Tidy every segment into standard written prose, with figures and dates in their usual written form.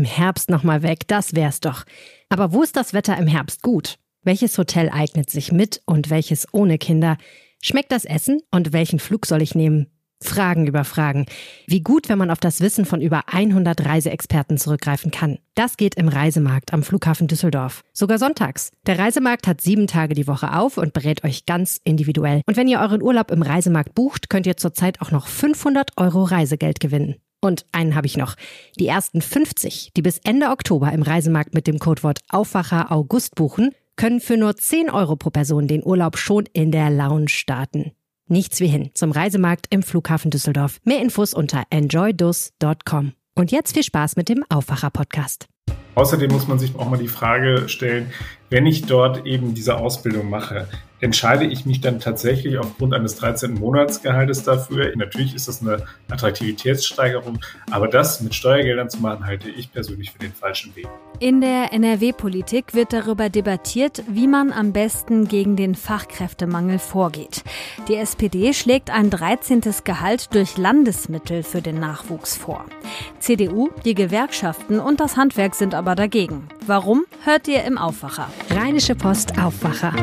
im Herbst nochmal weg, das wär's doch. Aber wo ist das Wetter im Herbst gut? Welches Hotel eignet sich mit und welches ohne Kinder? Schmeckt das Essen und welchen Flug soll ich nehmen? Fragen über Fragen. Wie gut, wenn man auf das Wissen von über 100 Reiseexperten zurückgreifen kann. Das geht im Reisemarkt am Flughafen Düsseldorf. Sogar sonntags. Der Reisemarkt hat 7 Tage die Woche auf und berät euch ganz individuell. Und wenn ihr euren Urlaub im Reisemarkt bucht, könnt ihr zurzeit auch noch 500 € Reisegeld gewinnen. Und einen habe ich noch. Die ersten 50, die bis Ende Oktober im Reisemarkt mit dem Codewort Aufwacher August buchen, können für nur 10 € pro Person den Urlaub schon in der Lounge starten. Nichts wie hin zum Reisemarkt im Flughafen Düsseldorf. Mehr Infos unter enjoydus.com. Und jetzt viel Spaß mit dem Aufwacher-Podcast. Außerdem muss man sich auch mal die Frage stellen, wenn ich dort eben diese Ausbildung mache, entscheide ich mich dann tatsächlich aufgrund eines 13. Monatsgehaltes dafür? Natürlich ist das eine Attraktivitätssteigerung, aber das mit Steuergeldern zu machen, halte ich persönlich für den falschen Weg. In der NRW-Politik wird darüber debattiert, wie man am besten gegen den Fachkräftemangel vorgeht. Die SPD schlägt ein 13. Gehalt durch Landesmittel für den Nachwuchs vor. CDU, die Gewerkschaften und das Handwerk sind aber dagegen. Warum, hört ihr im Aufwacher. Rheinische Post Aufwacher.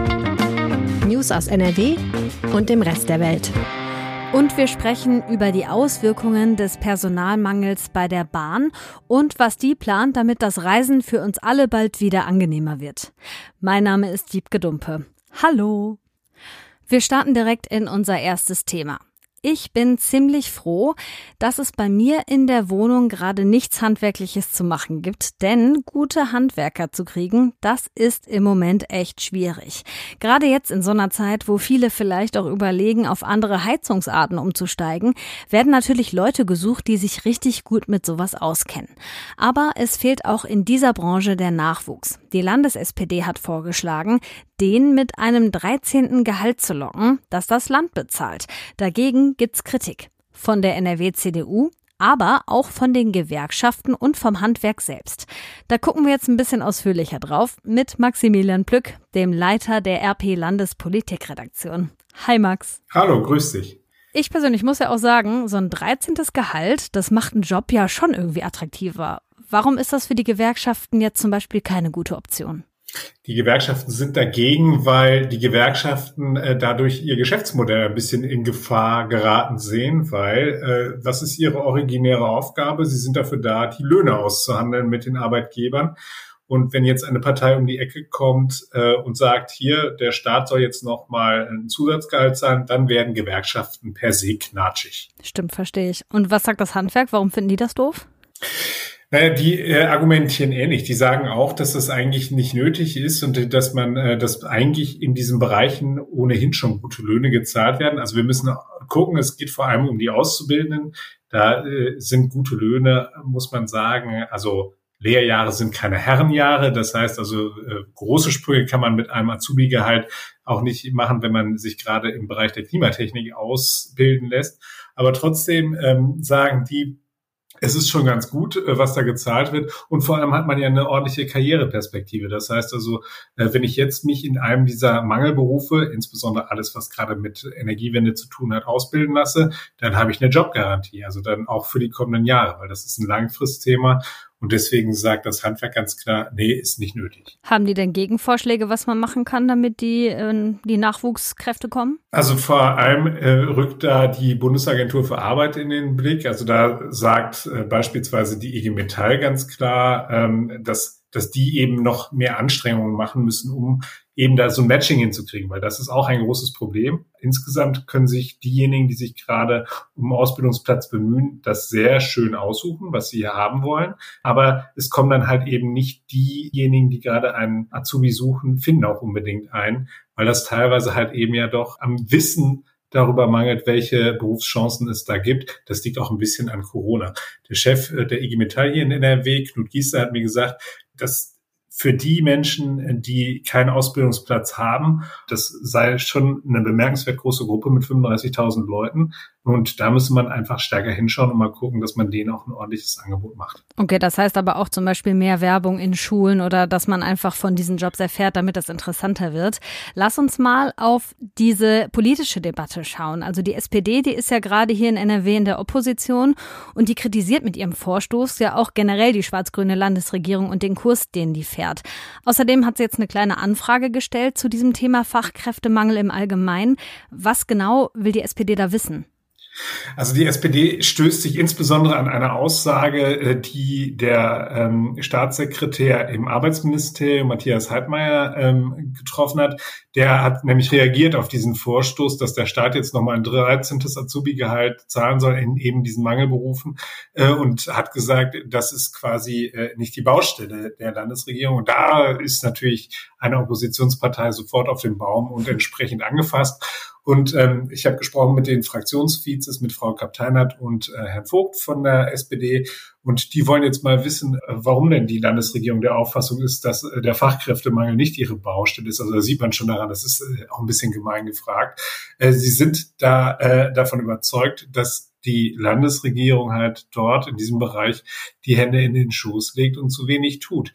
News aus NRW und dem Rest der Welt. Und wir sprechen über die Auswirkungen des Personalmangels bei der Bahn und was die plant, damit das Reisen für uns alle bald wieder angenehmer wird. Mein Name ist Diebke Dumpe. Hallo! Wir starten direkt in unser erstes Thema. Ich bin ziemlich froh, dass es bei mir in der Wohnung gerade nichts Handwerkliches zu machen gibt, denn gute Handwerker zu kriegen, das ist im Moment echt schwierig. Gerade jetzt in so einer Zeit, wo viele vielleicht auch überlegen, auf andere Heizungsarten umzusteigen, werden natürlich Leute gesucht, die sich richtig gut mit sowas auskennen. Aber es fehlt auch in dieser Branche der Nachwuchs. Die Landes-SPD hat vorgeschlagen, den mit einem 13. Gehalt zu locken, das das Land bezahlt. Dagegen gibt's Kritik. Von der NRW-CDU, aber auch von den Gewerkschaften und vom Handwerk selbst. Da gucken wir jetzt ein bisschen ausführlicher drauf mit Maximilian Plück, dem Leiter der RP-Landespolitikredaktion. Hi Max. Hallo, grüß dich. Ich persönlich muss ja auch sagen, so ein 13. Gehalt, das macht einen Job ja schon irgendwie attraktiver. Warum ist das für die Gewerkschaften jetzt zum Beispiel keine gute Option? Die Gewerkschaften sind dagegen, weil die Gewerkschaften dadurch ihr Geschäftsmodell ein bisschen in Gefahr geraten sehen, weil was ist ihre originäre Aufgabe? Sie sind dafür da, die Löhne auszuhandeln mit den Arbeitgebern. Und wenn jetzt eine Partei um die Ecke kommt und sagt, hier, der Staat soll jetzt nochmal ein Zusatzgehalt zahlen, dann werden Gewerkschaften per se knatschig. Stimmt, verstehe ich. Und was sagt das Handwerk? Warum finden die das doof? Naja, die argumentieren ähnlich. Die sagen auch, dass das eigentlich nicht nötig ist und dass man, dass eigentlich in diesen Bereichen ohnehin schon gute Löhne gezahlt werden. Also wir müssen gucken, es geht vor allem um die Auszubildenden. Da sind gute Löhne, muss man sagen. Also Lehrjahre sind keine Herrenjahre. Das heißt also, große Sprünge kann man mit einem Azubi-Gehalt auch nicht machen, wenn man sich gerade im Bereich der Klimatechnik ausbilden lässt. Aber trotzdem sagen die, es ist schon ganz gut, was da gezahlt wird. Und vor allem hat man ja eine ordentliche Karriereperspektive. Das heißt also, wenn ich jetzt mich in einem dieser Mangelberufe, insbesondere alles, was gerade mit Energiewende zu tun hat, ausbilden lasse, dann habe ich eine Jobgarantie. Also dann auch für die kommenden Jahre, weil das ist ein Langfristthema. Und deswegen sagt das Handwerk ganz klar, nee, ist nicht nötig. Haben die denn Gegenvorschläge, was man machen kann, damit die Nachwuchskräfte kommen? Also vor allem rückt da die Bundesagentur für Arbeit in den Blick. Also da sagt beispielsweise die IG Metall ganz klar, dass die eben noch mehr Anstrengungen machen müssen, um eben da so ein Matching hinzukriegen, weil das ist auch ein großes Problem. Insgesamt können sich diejenigen, die sich gerade um einen Ausbildungsplatz bemühen, das sehr schön aussuchen, was sie hier haben wollen. Aber es kommen dann halt eben nicht diejenigen, die gerade einen Azubi suchen, finden auch unbedingt einen, weil das teilweise halt eben ja doch am Wissen darüber mangelt, welche Berufschancen es da gibt. Das liegt auch ein bisschen an Corona. Der Chef der IG Metall hier in NRW, Knut Giester, hat mir gesagt, dass für die Menschen, die keinen Ausbildungsplatz haben, das sei schon eine bemerkenswert große Gruppe mit 35.000 Leuten, Und da müsste man einfach stärker hinschauen und mal gucken, dass man denen auch ein ordentliches Angebot macht. Okay, das heißt aber auch zum Beispiel mehr Werbung in Schulen oder dass man einfach von diesen Jobs erfährt, damit das interessanter wird. Lass uns mal auf diese politische Debatte schauen. Also die SPD, die ist ja gerade hier in NRW in der Opposition und die kritisiert mit ihrem Vorstoß ja auch generell die schwarz-grüne Landesregierung und den Kurs, den die fährt. Außerdem hat sie jetzt eine kleine Anfrage gestellt zu diesem Thema Fachkräftemangel im Allgemeinen. Was genau will die SPD da wissen? Also die SPD stößt sich insbesondere an eine Aussage, die der Staatssekretär im Arbeitsministerium, Matthias Heidmeier, getroffen hat. Der hat nämlich reagiert auf diesen Vorstoß, dass der Staat jetzt nochmal ein 13. Azubi-Gehalt zahlen soll in eben diesen Mangelberufen und hat gesagt, das ist quasi nicht die Baustelle der Landesregierung. Und da ist natürlich eine Oppositionspartei sofort auf den Baum und entsprechend angefasst. Und ich habe gesprochen mit den Fraktionsvizes, mit Frau Kapteinert und Herrn Vogt von der SPD. Und die wollen jetzt mal wissen, warum denn die Landesregierung der Auffassung ist, dass der Fachkräftemangel nicht ihre Baustelle ist. Also da sieht man schon daran, das ist auch ein bisschen gemein gefragt. Sie sind da davon überzeugt, dass die Landesregierung halt dort in diesem Bereich die Hände in den Schoß legt und zu wenig tut.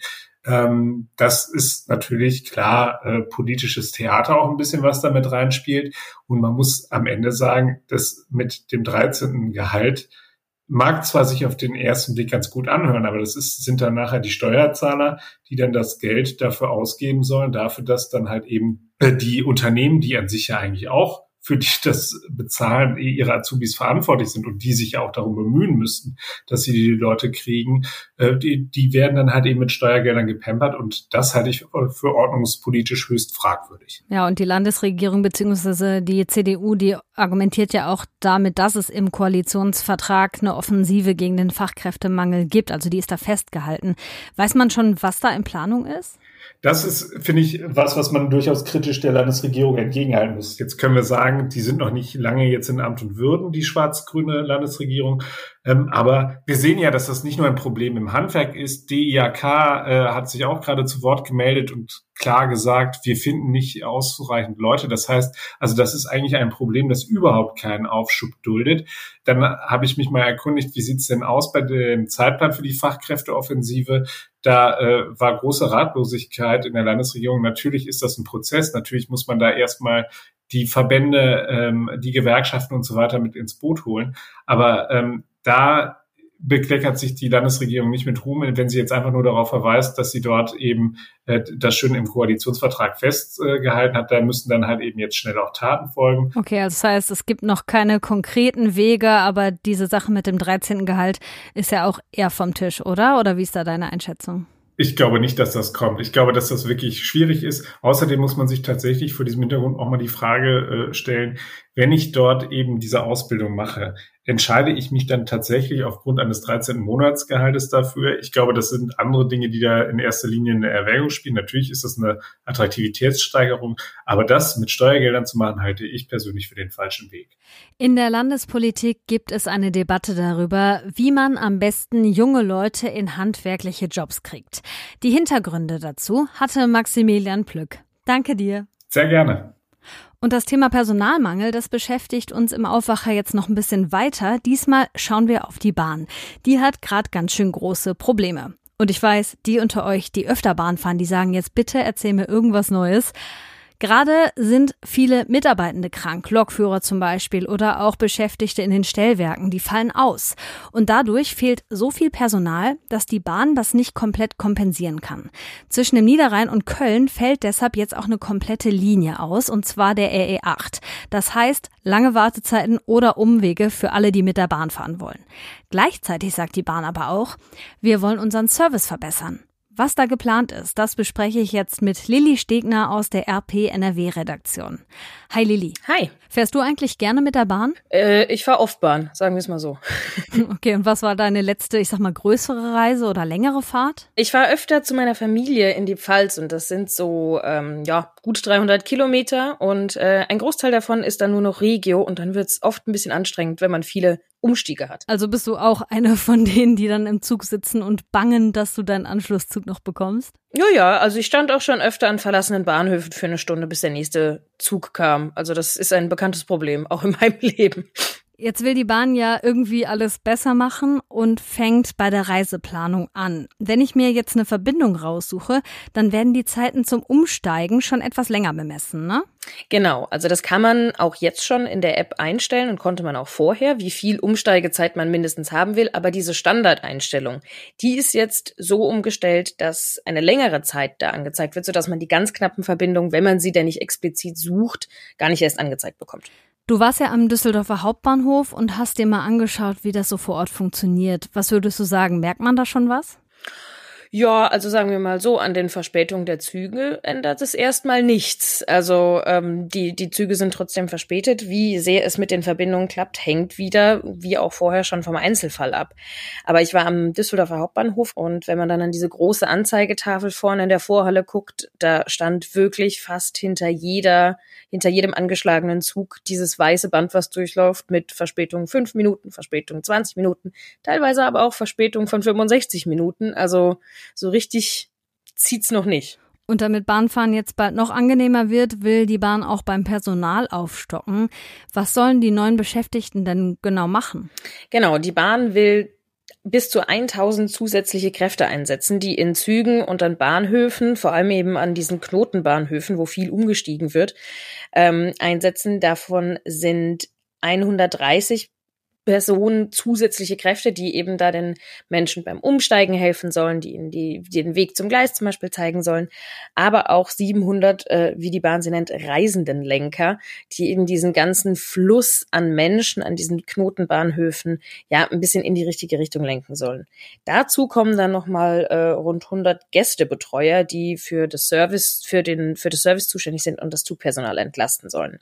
Das ist natürlich klar politisches Theater auch ein bisschen, was da mit reinspielt. Und man muss am Ende sagen, dass mit dem 13. Gehalt mag zwar sich auf den ersten Blick ganz gut anhören, aber sind dann nachher die Steuerzahler, die dann das Geld dafür ausgeben sollen, dafür, dass dann halt eben die Unternehmen, die an sich ja eigentlich auch für die das Bezahlen ihrer Azubis verantwortlich sind und die sich ja auch darum bemühen müssten, dass sie die Leute kriegen, die werden dann halt eben mit Steuergeldern gepampert und das halte ich für ordnungspolitisch höchst fragwürdig. Ja, und die Landesregierung bzw. die CDU, die argumentiert ja auch damit, dass es im Koalitionsvertrag eine Offensive gegen den Fachkräftemangel gibt, also die ist da festgehalten. Weiß man schon, was da in Planung ist? Das ist, finde ich, was man durchaus kritisch der Landesregierung entgegenhalten muss. Jetzt können wir sagen, die sind noch nicht lange jetzt in Amt und Würden, die schwarz-grüne Landesregierung. Aber wir sehen ja, dass das nicht nur ein Problem im Handwerk ist. DIHK hat sich auch gerade zu Wort gemeldet und klar gesagt, wir finden nicht ausreichend Leute. Das heißt, also das ist eigentlich ein Problem, das überhaupt keinen Aufschub duldet. Dann habe ich mich mal erkundigt, wie sieht's denn aus bei dem Zeitplan für die Fachkräfteoffensive? Da war große Ratlosigkeit in der Landesregierung. Natürlich ist das ein Prozess. Natürlich muss man da erstmal die Verbände, die Gewerkschaften und so weiter mit ins Boot holen. Aber da bekleckert sich die Landesregierung nicht mit Ruhm, wenn sie jetzt einfach nur darauf verweist, dass sie dort eben das schön im Koalitionsvertrag festgehalten hat. Da müssen dann halt eben jetzt schnell auch Taten folgen. Okay, also das heißt, es gibt noch keine konkreten Wege, aber diese Sache mit dem 13. Gehalt ist ja auch eher vom Tisch, oder? Oder wie ist da deine Einschätzung? Ich glaube nicht, dass das kommt. Ich glaube, dass das wirklich schwierig ist. Außerdem muss man sich tatsächlich vor diesem Hintergrund auch mal die Frage stellen, wenn ich dort eben diese Ausbildung mache, entscheide ich mich dann tatsächlich aufgrund eines 13. Monatsgehaltes dafür? Ich glaube, das sind andere Dinge, die da in erster Linie eine Erwägung spielen. Natürlich ist das eine Attraktivitätssteigerung, aber das mit Steuergeldern zu machen, halte ich persönlich für den falschen Weg. In der Landespolitik gibt es eine Debatte darüber, wie man am besten junge Leute in handwerkliche Jobs kriegt. Die Hintergründe dazu hatte Maximilian Plück. Danke dir. Sehr gerne. Und das Thema Personalmangel, das beschäftigt uns im Aufwacher jetzt noch ein bisschen weiter. Diesmal schauen wir auf die Bahn. Die hat gerade ganz schön große Probleme. Und ich weiß, die unter euch, die öfter Bahn fahren, die sagen jetzt bitte erzähl mir irgendwas Neues. Gerade sind viele Mitarbeitende krank, Lokführer zum Beispiel oder auch Beschäftigte in den Stellwerken, die fallen aus. Und dadurch fehlt so viel Personal, dass die Bahn das nicht komplett kompensieren kann. Zwischen dem Niederrhein und Köln fällt deshalb jetzt auch eine komplette Linie aus, und zwar der RE8. Das heißt, lange Wartezeiten oder Umwege für alle, die mit der Bahn fahren wollen. Gleichzeitig sagt die Bahn aber auch, wir wollen unseren Service verbessern. Was da geplant ist, das bespreche ich jetzt mit Lilly Stegner aus der RP-NRW-Redaktion. Hi Lilly. Hi. Fährst du eigentlich gerne mit der Bahn? Ich fahre oft Bahn, sagen wir es mal so. Okay, und was war deine letzte, ich sag mal, größere Reise oder längere Fahrt? Ich fahre öfter zu meiner Familie in die Pfalz und das sind so gut 300 Kilometer und ein Großteil davon ist dann nur noch Regio und dann wird's oft ein bisschen anstrengend, wenn man viele Umstiege hat. Also bist du auch eine von denen, die dann im Zug sitzen und bangen, dass du deinen Anschlusszug noch bekommst? Ja, also ich stand auch schon öfter an verlassenen Bahnhöfen für eine Stunde, bis der nächste Zug kam. Also das ist ein bekanntes Problem, auch in meinem Leben. Jetzt will die Bahn ja irgendwie alles besser machen und fängt bei der Reiseplanung an. Wenn ich mir jetzt eine Verbindung raussuche, dann werden die Zeiten zum Umsteigen schon etwas länger bemessen, ne? Genau, also das kann man auch jetzt schon in der App einstellen und konnte man auch vorher, wie viel Umsteigezeit man mindestens haben will. Aber diese Standardeinstellung, die ist jetzt so umgestellt, dass eine längere Zeit da angezeigt wird, sodass man die ganz knappen Verbindungen, wenn man sie denn nicht explizit sucht, gar nicht erst angezeigt bekommt. Du warst ja am Düsseldorfer Hauptbahnhof und hast dir mal angeschaut, wie das so vor Ort funktioniert. Was würdest du sagen, merkt man da schon was? Ja, also sagen wir mal so, an den Verspätungen der Züge ändert es erstmal nichts. Also die Züge sind trotzdem verspätet. Wie sehr es mit den Verbindungen klappt, hängt wieder, wie auch vorher schon, vom Einzelfall ab. Aber ich war am Düsseldorfer Hauptbahnhof und wenn man dann an diese große Anzeigetafel vorne in der Vorhalle guckt, da stand wirklich fast hinter jedem angeschlagenen Zug dieses weiße Band, was durchläuft, mit Verspätung 5 Minuten, Verspätung 20 Minuten, teilweise aber auch Verspätung von 65 Minuten. Also so richtig zieht's noch nicht. Und damit Bahnfahren jetzt bald noch angenehmer wird, will die Bahn auch beim Personal aufstocken. Was sollen die neuen Beschäftigten denn genau machen? Genau, die Bahn will bis zu 1000 zusätzliche Kräfte einsetzen, die in Zügen und an Bahnhöfen, vor allem eben an diesen Knotenbahnhöfen, wo viel umgestiegen wird, einsetzen. Davon sind 130 Personen zusätzliche Kräfte, die eben da den Menschen beim Umsteigen helfen sollen, die ihnen den Weg zum Gleis zum Beispiel zeigen sollen, aber auch 700, wie die Bahn sie nennt, Reisendenlenker, die eben diesen ganzen Fluss an Menschen an diesen Knotenbahnhöfen ja ein bisschen in die richtige Richtung lenken sollen. Dazu kommen dann nochmal rund 100 Gästebetreuer, die für das Service zuständig sind und das Zugpersonal entlasten sollen.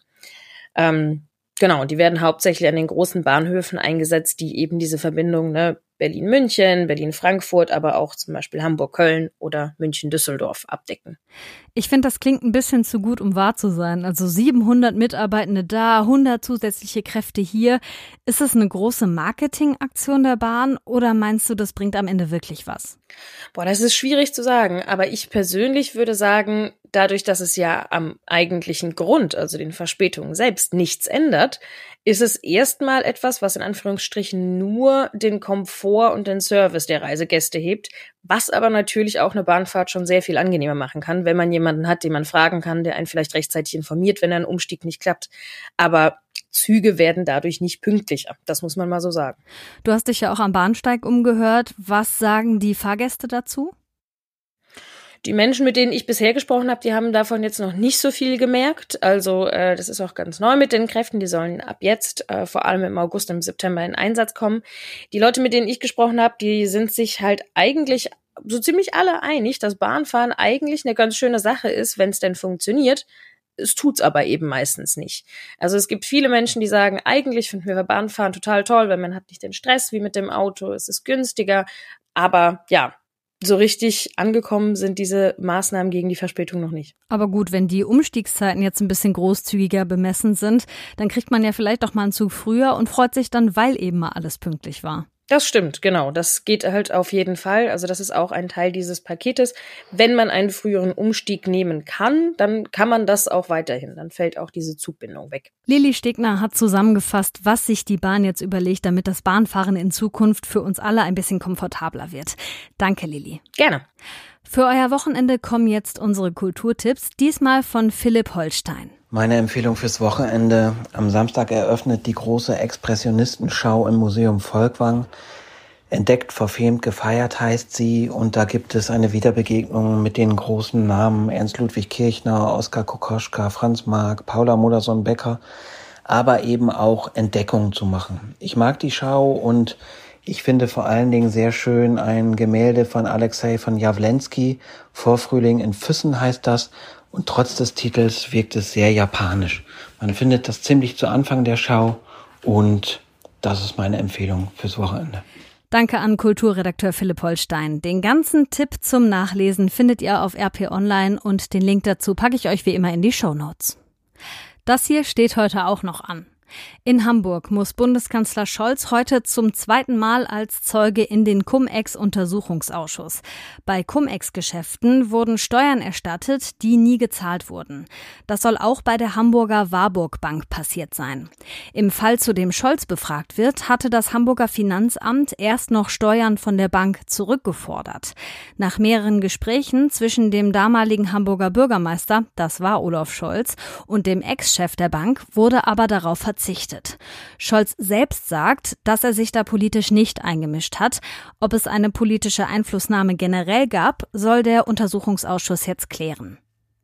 Genau, die werden hauptsächlich an den großen Bahnhöfen eingesetzt, die eben diese Verbindung, Berlin-München, Berlin-Frankfurt, aber auch zum Beispiel Hamburg-Köln oder München-Düsseldorf abdecken. Ich finde, das klingt ein bisschen zu gut, um wahr zu sein. Also 700 Mitarbeitende da, 100 zusätzliche Kräfte hier. Ist es eine große Marketingaktion der Bahn oder meinst du, das bringt am Ende wirklich was? Das ist schwierig zu sagen, aber ich persönlich würde sagen, dadurch, dass es ja am eigentlichen Grund, also den Verspätungen selbst, nichts ändert, ist es erstmal etwas, was in Anführungsstrichen nur den Komfort und den Service der Reisegäste hebt, was aber natürlich auch eine Bahnfahrt schon sehr viel angenehmer machen kann, wenn man jemanden hat, den man fragen kann, der einen vielleicht rechtzeitig informiert, wenn ein Umstieg nicht klappt. Aber Züge werden dadurch nicht pünktlicher. Das muss man mal so sagen. Du hast dich ja auch am Bahnsteig umgehört. Was sagen die Fahrgäste dazu? Die Menschen, mit denen ich bisher gesprochen habe, die haben davon jetzt noch nicht so viel gemerkt. Also das ist auch ganz neu mit den Kräften. Die sollen ab jetzt, vor allem im August und im September, in Einsatz kommen. Die Leute, mit denen ich gesprochen habe, die sind sich halt eigentlich so ziemlich alle einig, dass Bahnfahren eigentlich eine ganz schöne Sache ist, wenn es denn funktioniert. Es tut's aber eben meistens nicht. Also es gibt viele Menschen, die sagen, eigentlich finden wir Bahnfahren total toll, weil man hat nicht den Stress wie mit dem Auto, es ist günstiger. Aber ja, so richtig angekommen sind diese Maßnahmen gegen die Verspätung noch nicht. Aber gut, wenn die Umstiegszeiten jetzt ein bisschen großzügiger bemessen sind, dann kriegt man ja vielleicht auch mal einen Zug früher und freut sich dann, weil eben mal alles pünktlich war. Das stimmt, genau. Das geht halt auf jeden Fall. Also das ist auch ein Teil dieses Paketes. Wenn man einen früheren Umstieg nehmen kann, dann kann man das auch weiterhin. Dann fällt auch diese Zugbindung weg. Lilly Stegner hat zusammengefasst, was sich die Bahn jetzt überlegt, damit das Bahnfahren in Zukunft für uns alle ein bisschen komfortabler wird. Danke, Lilly. Gerne. Für euer Wochenende kommen jetzt unsere Kulturtipps, diesmal von Philipp Holstein. Meine Empfehlung fürs Wochenende: Am Samstag eröffnet die große Expressionistenschau im Museum Volkwang. Entdeckt, verfemt, gefeiert heißt sie, und da gibt es eine Wiederbegegnung mit den großen Namen Ernst Ludwig Kirchner, Oskar Kokoschka, Franz Marc, Paula Modersohn-Becker, aber eben auch Entdeckungen zu machen. Ich mag die Schau und ich finde vor allen Dingen sehr schön ein Gemälde von Alexei von Jawlensky, Vorfrühling in Füssen heißt das, und trotz des Titels wirkt es sehr japanisch. Man findet das ziemlich zu Anfang der Schau und das ist meine Empfehlung fürs Wochenende. Danke an Kulturredakteur Philipp Holstein. Den ganzen Tipp zum Nachlesen findet ihr auf RP Online und den Link dazu packe ich euch wie immer in die Shownotes. Das hier steht heute auch noch an. In Hamburg muss Bundeskanzler Scholz heute zum zweiten Mal als Zeuge in den Cum-Ex-Untersuchungsausschuss. Bei Cum-Ex-Geschäften wurden Steuern erstattet, die nie gezahlt wurden. Das soll auch bei der Hamburger Warburg Bank passiert sein. Im Fall, zu dem Scholz befragt wird, hatte das Hamburger Finanzamt erst noch Steuern von der Bank zurückgefordert. Nach mehreren Gesprächen zwischen dem damaligen Hamburger Bürgermeister, das war Olaf Scholz, und dem Ex-Chef der Bank wurde aber darauf verzichtet. Scholz selbst sagt, dass er sich da politisch nicht eingemischt hat. Ob es eine politische Einflussnahme generell gab, soll der Untersuchungsausschuss jetzt klären.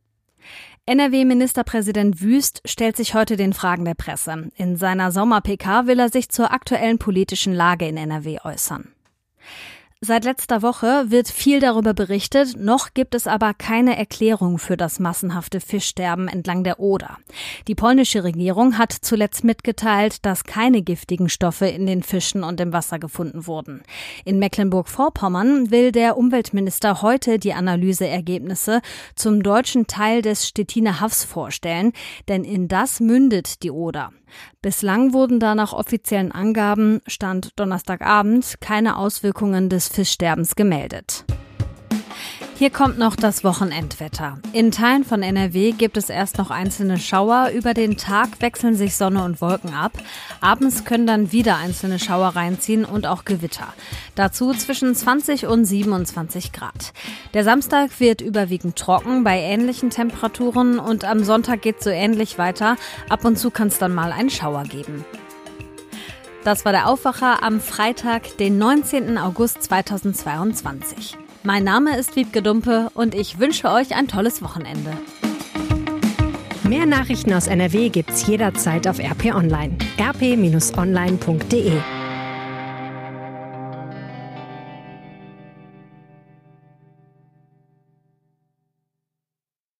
NRW-Ministerpräsident Wüst stellt sich heute den Fragen der Presse. In seiner Sommer-PK will er sich zur aktuellen politischen Lage in NRW äußern. Seit letzter Woche wird viel darüber berichtet, noch gibt es aber keine Erklärung für das massenhafte Fischsterben entlang der Oder. Die polnische Regierung hat zuletzt mitgeteilt, dass keine giftigen Stoffe in den Fischen und im Wasser gefunden wurden. In Mecklenburg-Vorpommern will der Umweltminister heute die Analyseergebnisse zum deutschen Teil des Stettiner Haffs vorstellen, denn in das mündet die Oder. Bislang wurden da nach offiziellen Angaben, Stand Donnerstagabend, keine Auswirkungen des Fischsterbens gemeldet. Hier kommt noch das Wochenendwetter. In Teilen von NRW gibt es erst noch einzelne Schauer. Über den Tag wechseln sich Sonne und Wolken ab. Abends können dann wieder einzelne Schauer reinziehen und auch Gewitter. Dazu zwischen 20 und 27 Grad. Der Samstag wird überwiegend trocken bei ähnlichen Temperaturen und am Sonntag geht es so ähnlich weiter. Ab und zu kann es dann mal einen Schauer geben. Das war der Aufwacher am Freitag, den 19. August 2022. Mein Name ist Wiebke Dumpe und ich wünsche euch ein tolles Wochenende. Mehr Nachrichten aus NRW gibt's jederzeit auf RP Online. rp-online.de